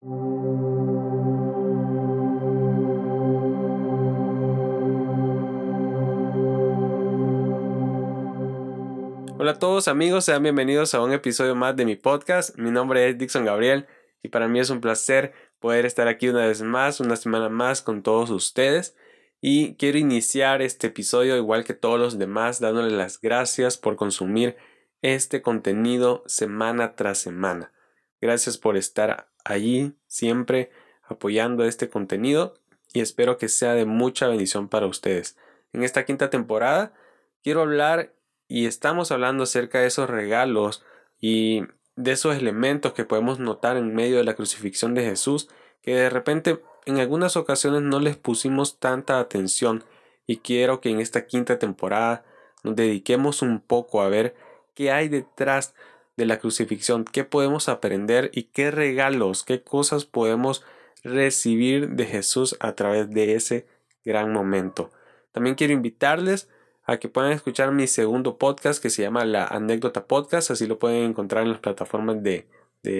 Hola a todos amigos, sean bienvenidos a un episodio más de mi podcast. Mi nombre es Dixon Gabriel y para mí es un placer poder estar aquí una vez más, una semana más con todos ustedes. Y quiero iniciar este episodio igual que todos los demás dándoles las gracias por consumir este contenido semana tras semana. Gracias por estar allí siempre apoyando este contenido y espero que sea de mucha bendición para ustedes. En esta quinta temporada quiero hablar y estamos hablando acerca de esos regalos y de esos elementos que podemos notar en medio de la crucifixión de Jesús, que de repente en algunas ocasiones no les pusimos tanta atención, y quiero que en esta quinta temporada nos dediquemos un poco a ver qué hay detrás de la crucifixión, qué podemos aprender y qué regalos, qué cosas podemos recibir de Jesús a través de ese gran momento. También quiero invitarles a que puedan escuchar mi segundo podcast que se llama La Anécdota Podcast. Así lo pueden encontrar en las plataformas de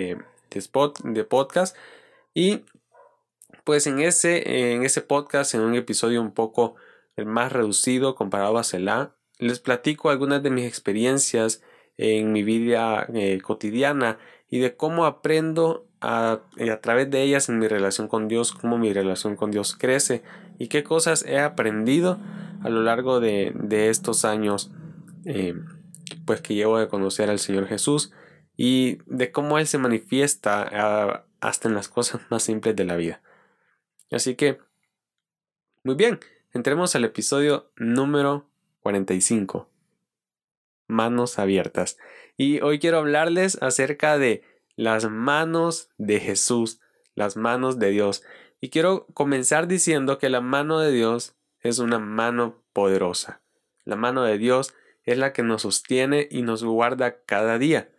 podcast. Y pues en ese podcast, en un episodio un poco más reducido comparado a Selah, les platico algunas de mis experiencias en mi vida cotidiana y de cómo aprendo a través de ellas en mi relación con Dios, cómo mi relación con Dios crece y qué cosas he aprendido a lo largo de estos años pues que llevo de conocer al Señor Jesús y de cómo Él se manifiesta hasta en las cosas más simples de la vida. Así que, muy bien, entremos al episodio número 45, Manos Abiertas. Y hoy quiero hablarles acerca de las manos de Jesús, las manos de Dios. Y quiero comenzar diciendo que la mano de Dios es una mano poderosa. La mano de Dios es la que nos sostiene y nos guarda cada día.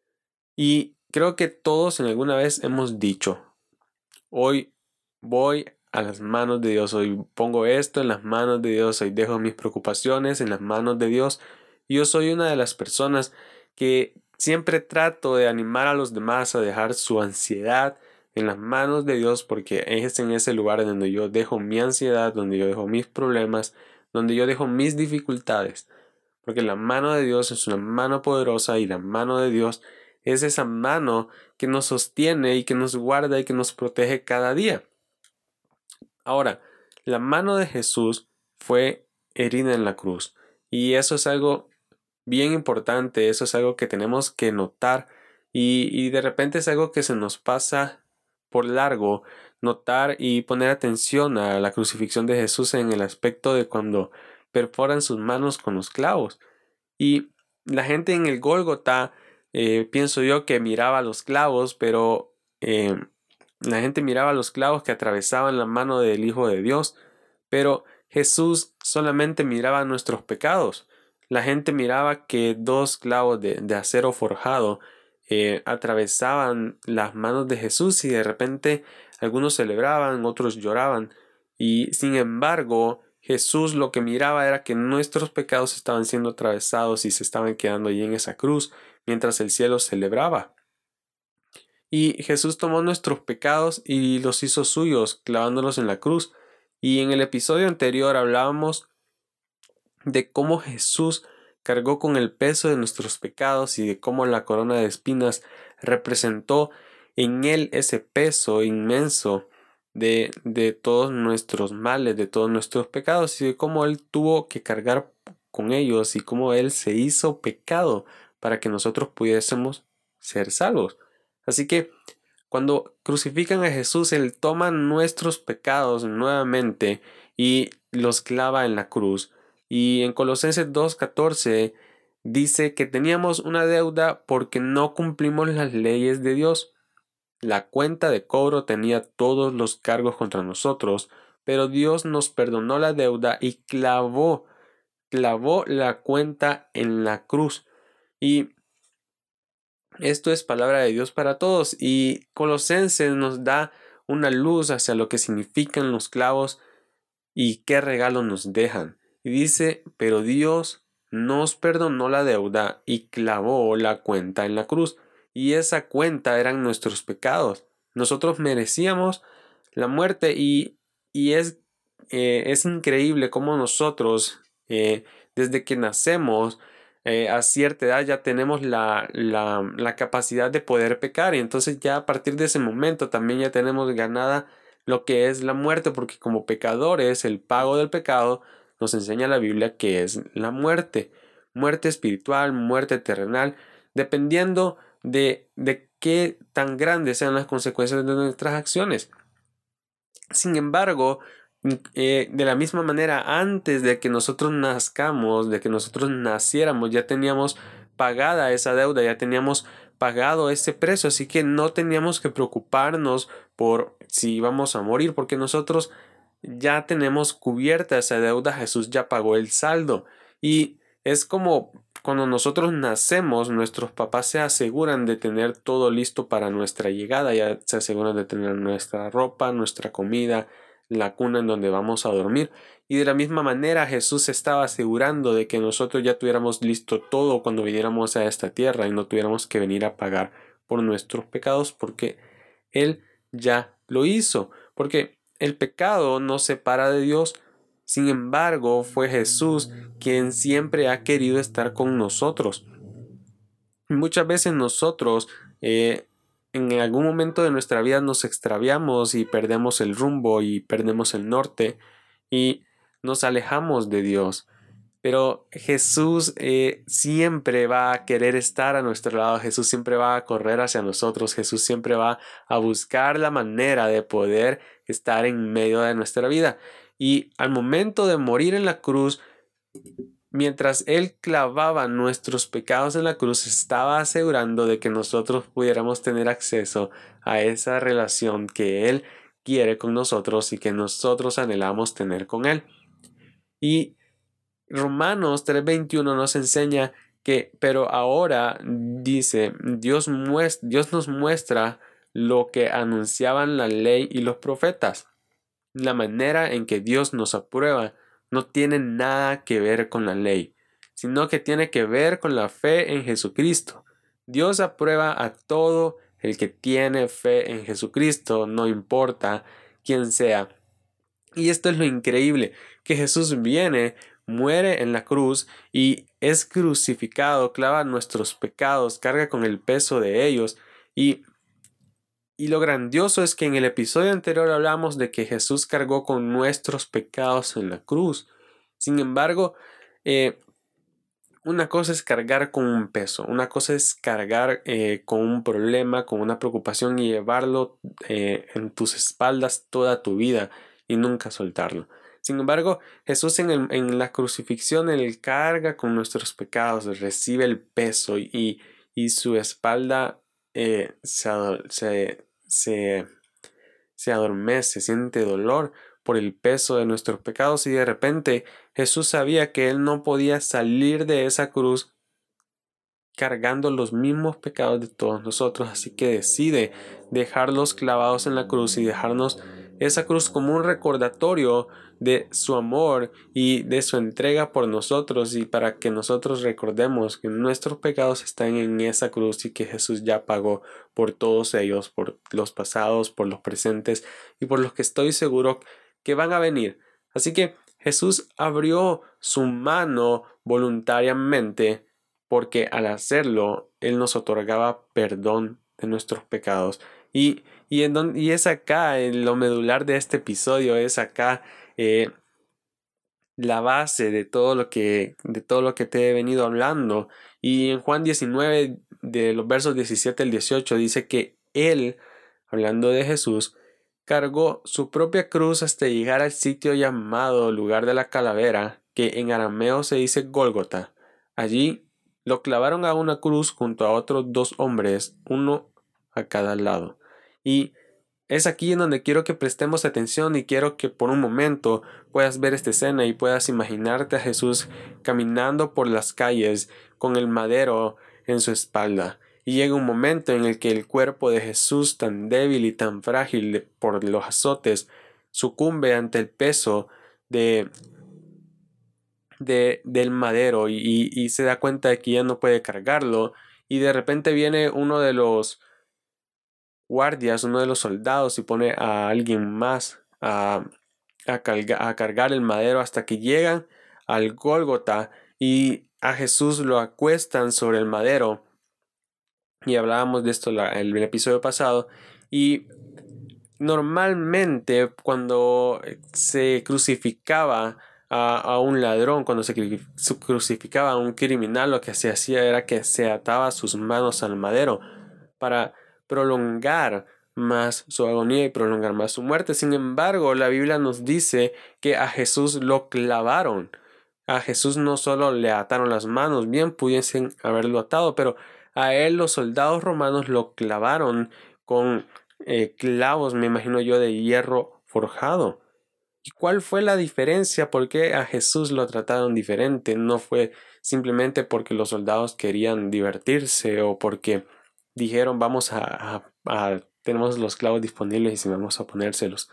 Y creo que todos en alguna vez hemos dicho, hoy voy a las manos de Dios, hoy pongo esto en las manos de Dios, hoy dejo mis preocupaciones en las manos de Dios. Yo soy una de las personas que siempre trato de animar a los demás a dejar su ansiedad en las manos de Dios, porque es en ese lugar donde yo dejo mi ansiedad, donde yo dejo mis problemas, donde yo dejo mis dificultades. Porque la mano de Dios es una mano poderosa y la mano de Dios es esa mano que nos sostiene y que nos guarda y que nos protege cada día. Ahora, la mano de Jesús fue herida en la cruz y eso es algo bien importante, eso es algo que tenemos que notar y de repente es algo que se nos pasa por largo notar y poner atención a la crucifixión de Jesús en el aspecto de cuando perforan sus manos con los clavos. Y la gente en el Gólgota, pienso yo que miraba los clavos, pero la gente miraba los clavos que atravesaban la mano del Hijo de Dios, pero Jesús solamente miraba nuestros pecados. La gente miraba que dos clavos de acero forjado atravesaban las manos de Jesús y de repente algunos celebraban, otros lloraban. Y sin embargo, Jesús lo que miraba era que nuestros pecados estaban siendo atravesados y se estaban quedando allí en esa cruz mientras el cielo celebraba. Y Jesús tomó nuestros pecados y los hizo suyos, clavándolos en la cruz. Y en el episodio anterior hablábamos de cómo Jesús cargó con el peso de nuestros pecados y de cómo la corona de espinas representó en él ese peso inmenso de todos nuestros males, de todos nuestros pecados y de cómo él tuvo que cargar con ellos y cómo él se hizo pecado para que nosotros pudiésemos ser salvos. Así que cuando crucifican a Jesús, Él toma nuestros pecados nuevamente y los clava en la cruz. Y en Colosenses 2:14 dice que teníamos una deuda porque no cumplimos las leyes de Dios. La cuenta de cobro tenía todos los cargos contra nosotros, pero Dios nos perdonó la deuda y clavó la cuenta en la cruz. Y esto es palabra de Dios para todos y Colosenses nos da una luz hacia lo que significan los clavos y qué regalo nos dejan. Y dice, pero Dios nos perdonó la deuda y clavó la cuenta en la cruz. Y esa cuenta eran nuestros pecados. Nosotros merecíamos la muerte y es increíble cómo nosotros, desde que nacemos, a cierta edad ya tenemos la capacidad de poder pecar, y entonces ya a partir de ese momento también ya tenemos ganada lo que es la muerte, porque como pecadores el pago del pecado nos enseña la Biblia que es la muerte, muerte espiritual, muerte terrenal, dependiendo de qué tan grandes sean las consecuencias de nuestras acciones. Sin embargo, de la misma manera, antes de que nosotros nazcamos, de que nosotros naciéramos, ya teníamos pagada esa deuda, ya teníamos pagado ese precio, así que no teníamos que preocuparnos por si íbamos a morir, porque nosotros ya tenemos cubierta esa deuda, Jesús ya pagó el saldo. Y es como cuando nosotros nacemos, nuestros papás se aseguran de tener todo listo para nuestra llegada, ya se aseguran de tener nuestra ropa, nuestra comida, la cuna en donde vamos a dormir. Y de la misma manera Jesús se estaba asegurando de que nosotros ya tuviéramos listo todo cuando viniéramos a esta tierra y no tuviéramos que venir a pagar por nuestros pecados, porque Él ya lo hizo. Porque el pecado nos separa de Dios. Sin embargo, fue Jesús quien siempre ha querido estar con nosotros. Muchas veces nosotros en algún momento de nuestra vida nos extraviamos y perdemos el rumbo y perdemos el norte y nos alejamos de Dios. Pero Jesús siempre va a querer estar a nuestro lado, Jesús siempre va a correr hacia nosotros, Jesús siempre va a buscar la manera de poder estar en medio de nuestra vida. Y al momento de morir en la cruz, mientras Él clavaba nuestros pecados en la cruz, estaba asegurando de que nosotros pudiéramos tener acceso a esa relación que Él quiere con nosotros y que nosotros anhelamos tener con Él. Y Romanos 3:21 nos enseña que, pero ahora dice, Dios nos muestra lo que anunciaban la ley y los profetas. La manera en que Dios nos aprueba no tiene nada que ver con la ley, sino que tiene que ver con la fe en Jesucristo. Dios aprueba a todo el que tiene fe en Jesucristo, no importa quién sea. Y esto es lo increíble, que Jesús viene, muere en la cruz y es crucificado, clava nuestros pecados, carga con el peso de ellos. Y lo grandioso es que en el episodio anterior hablamos de que Jesús cargó con nuestros pecados en la cruz. Sin embargo, una cosa es cargar con un peso, una cosa es cargar con un problema, con una preocupación y llevarlo en tus espaldas toda tu vida y nunca soltarlo. Sin embargo, Jesús en la crucifixión, Él carga con nuestros pecados, recibe el peso y su espalda se adormece, siente dolor por el peso de nuestros pecados, y de repente Jesús sabía que Él no podía salir de esa cruz cargando los mismos pecados de todos nosotros, así que decide dejarlos clavados en la cruz y dejarnos esa cruz como un recordatorio de su amor y de su entrega por nosotros, y para que nosotros recordemos que nuestros pecados están en esa cruz y que Jesús ya pagó por todos ellos, por los pasados, por los presentes y por los que estoy seguro que van a venir. Así que Jesús abrió su mano voluntariamente, porque al hacerlo, Él nos otorgaba perdón de nuestros pecados. Y es acá, en lo medular de este episodio, es acá la base de todo lo que te he venido hablando. Y en Juan 19, de los versos 17 al 18, dice que Él, hablando de Jesús, cargó su propia cruz hasta llegar al sitio llamado lugar de la calavera, que en arameo se dice Gólgota. Allí lo clavaron a una cruz junto a otros dos hombres, uno a cada lado. Y es aquí en donde quiero que prestemos atención y quiero que por un momento puedas ver esta escena y puedas imaginarte a Jesús caminando por las calles con el madero en su espalda. Y llega un momento en el que el cuerpo de Jesús, tan débil y tan frágil por los azotes, sucumbe ante el peso del madero y se da cuenta de que ya no puede cargarlo, y de repente viene uno guardias, uno de los soldados, y pone a alguien más a cargar el madero hasta que llegan al Gólgota y a Jesús lo acuestan sobre el madero. Y hablábamos de esto el episodio pasado. Y normalmente cuando se crucificaba a un ladrón, cuando se crucificaba a un criminal, lo que se hacía era que se ataba sus manos al madero para prolongar más su agonía y prolongar más su muerte. Sin embargo, la Biblia nos dice que a Jesús lo clavaron. A Jesús no solo le ataron las manos, bien pudiesen haberlo atado, pero a él los soldados romanos lo clavaron con clavos, me imagino yo, de hierro forjado. ¿Y cuál fue la diferencia? ¿Por qué a Jesús lo trataron diferente? No fue simplemente porque los soldados querían divertirse o porque dijeron tenemos los clavos disponibles y vamos a ponérselos.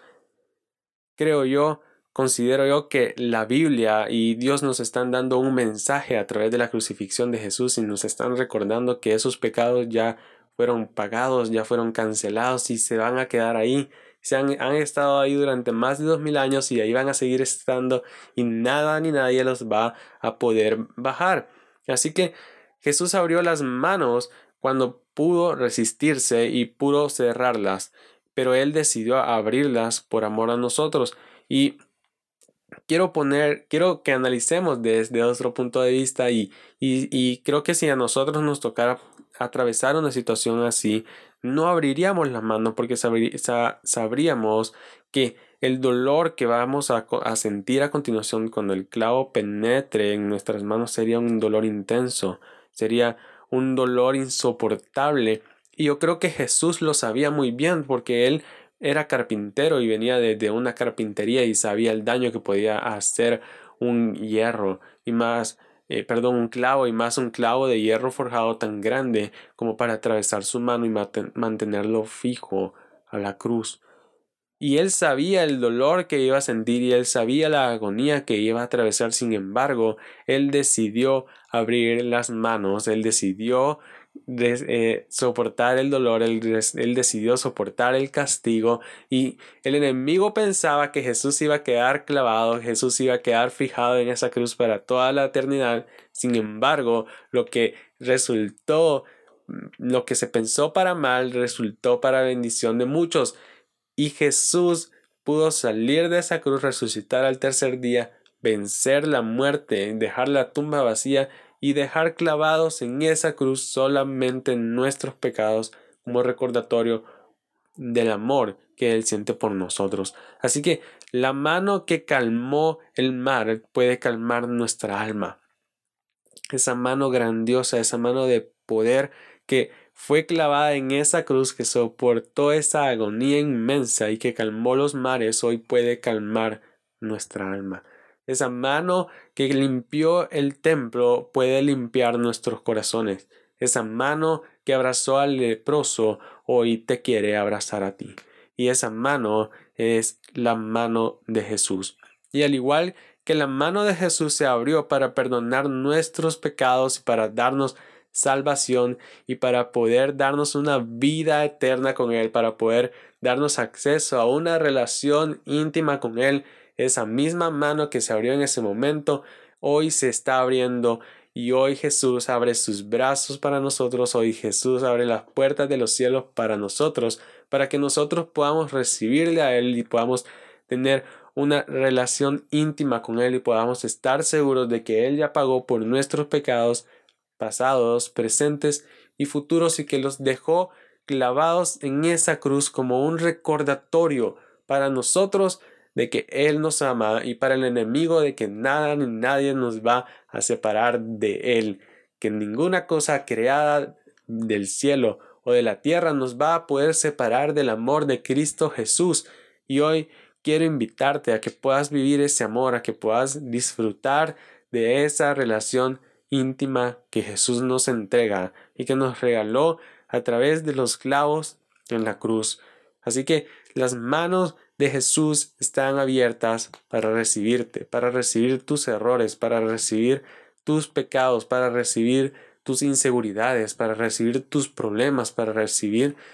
Considero yo que la Biblia y Dios nos están dando un mensaje a través de la crucifixión de Jesús y nos están recordando que esos pecados ya fueron pagados, ya fueron cancelados y se van a quedar ahí. Han estado ahí durante más de 2000 años y ahí van a seguir estando y nada ni nadie los va a poder bajar. Así que Jesús abrió las manos cuando pudo resistirse y pudo cerrarlas, pero Él decidió abrirlas por amor a nosotros. Y quiero que analicemos desde otro punto de vista y creo que si a nosotros nos tocara atravesar una situación así, no abriríamos la mano porque sabríamos que el dolor que vamos a sentir a continuación cuando el clavo penetre en nuestras manos sería un dolor intenso, sería un dolor insoportable. Y yo creo que Jesús lo sabía muy bien porque Él era carpintero y venía de una carpintería y sabía el daño que podía hacer un hierro y más, un clavo y más un clavo de hierro forjado tan grande como para atravesar su mano y mantenerlo fijo a la cruz. Y él sabía el dolor que iba a sentir y él sabía la agonía que iba a atravesar. Sin embargo, él decidió abrir las manos, él decidió soportar el dolor, él decidió soportar el castigo y el enemigo pensaba que Jesús iba a quedar clavado, Jesús iba a quedar fijado en esa cruz para toda la eternidad. Sin embargo, lo que se pensó para mal, resultó para bendición de muchos. Y Jesús pudo salir de esa cruz, resucitar al tercer día, vencer la muerte, dejar la tumba vacía y dejar clavados en esa cruz solamente nuestros pecados como recordatorio del amor que Él siente por nosotros. Así que la mano que calmó el mar puede calmar nuestra alma. Esa mano grandiosa, esa mano de poder que fue clavada en esa cruz, que soportó esa agonía inmensa y que calmó los mares, hoy puede calmar nuestra alma. Esa mano que limpió el templo puede limpiar nuestros corazones. Esa mano que abrazó al leproso hoy te quiere abrazar a ti. Y esa mano es la mano de Jesús. Y al igual que la mano de Jesús se abrió para perdonar nuestros pecados y para darnos salvación y para poder darnos una vida eterna con Él, para poder darnos acceso a una relación íntima con Él. Esa misma mano que se abrió en ese momento, hoy se está abriendo y hoy Jesús abre sus brazos para nosotros, hoy Jesús abre las puertas de los cielos para nosotros, para que nosotros podamos recibirle a Él y podamos tener una relación íntima con Él y podamos estar seguros de que Él ya pagó por nuestros pecados pasados, presentes y futuros y que los dejó clavados en esa cruz como un recordatorio para nosotros de que Él nos ama y para el enemigo de que nada ni nadie nos va a separar de Él, que ninguna cosa creada del cielo o de la tierra nos va a poder separar del amor de Cristo Jesús. Y hoy quiero invitarte a que puedas vivir ese amor, a que puedas disfrutar de esa relación íntima que Jesús nos entrega y que nos regaló a través de los clavos en la cruz. Así que las manos de Jesús están abiertas para recibirte, para recibir tus errores, para recibir tus pecados, para recibir tus inseguridades, para recibir tus problemas, para recibir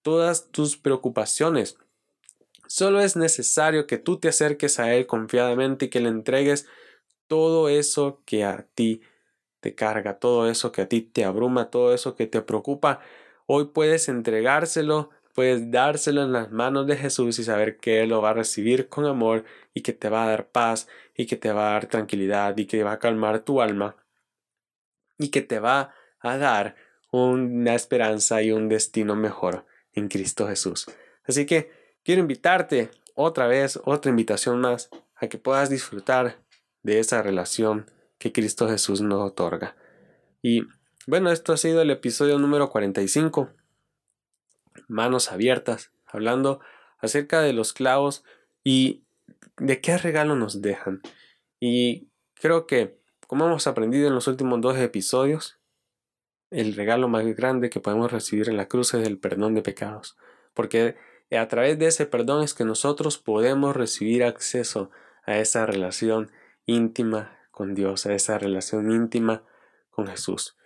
todas tus preocupaciones. Solo es necesario que tú te acerques a Él confiadamente y que le entregues todo eso que a ti te carga, todo eso que a ti te abruma, todo eso que te preocupa. Hoy puedes entregárselo, puedes dárselo en las manos de Jesús y saber que Él lo va a recibir con amor y que te va a dar paz y que te va a dar tranquilidad y que va a calmar tu alma y que te va a dar una esperanza y un destino mejor en Cristo Jesús. Así que quiero invitarte otra vez, otra invitación más, a que puedas disfrutar de esa relación que Cristo Jesús nos otorga. Y bueno, esto ha sido el episodio número 45, Manos Abiertas, hablando acerca de los clavos y de qué regalo nos dejan. Y creo que, como hemos aprendido en los últimos 2 episodios, el regalo más grande que podemos recibir en la cruz es el perdón de pecados, porque a través de ese perdón es que nosotros podemos recibir acceso a esa relación íntima con Dios, a esa relación íntima con Jesús.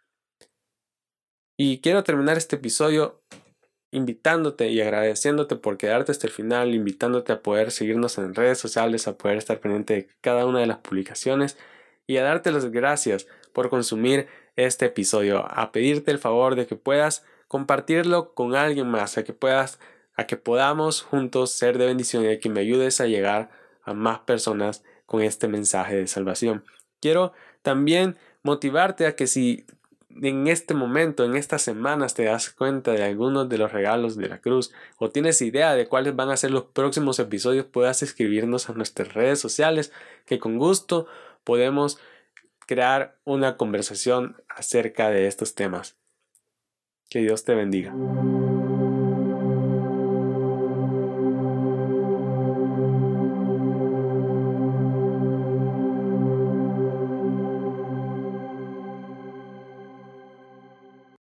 Y quiero terminar este episodio invitándote y agradeciéndote por quedarte hasta el final, invitándote a poder seguirnos en redes sociales, a poder estar pendiente de cada una de las publicaciones y a darte las gracias por consumir este episodio, a pedirte el favor de que puedas compartirlo con alguien más, a que podamos juntos ser de bendición y a que me ayudes a llegar a más personas con este mensaje de salvación. Quiero también motivarte a que si en este momento, en estas semanas, te das cuenta de algunos de los regalos de la cruz o tienes idea de cuáles van a ser los próximos episodios, puedas escribirnos a nuestras redes sociales, que con gusto podemos crear una conversación acerca de estos temas. Que Dios te bendiga.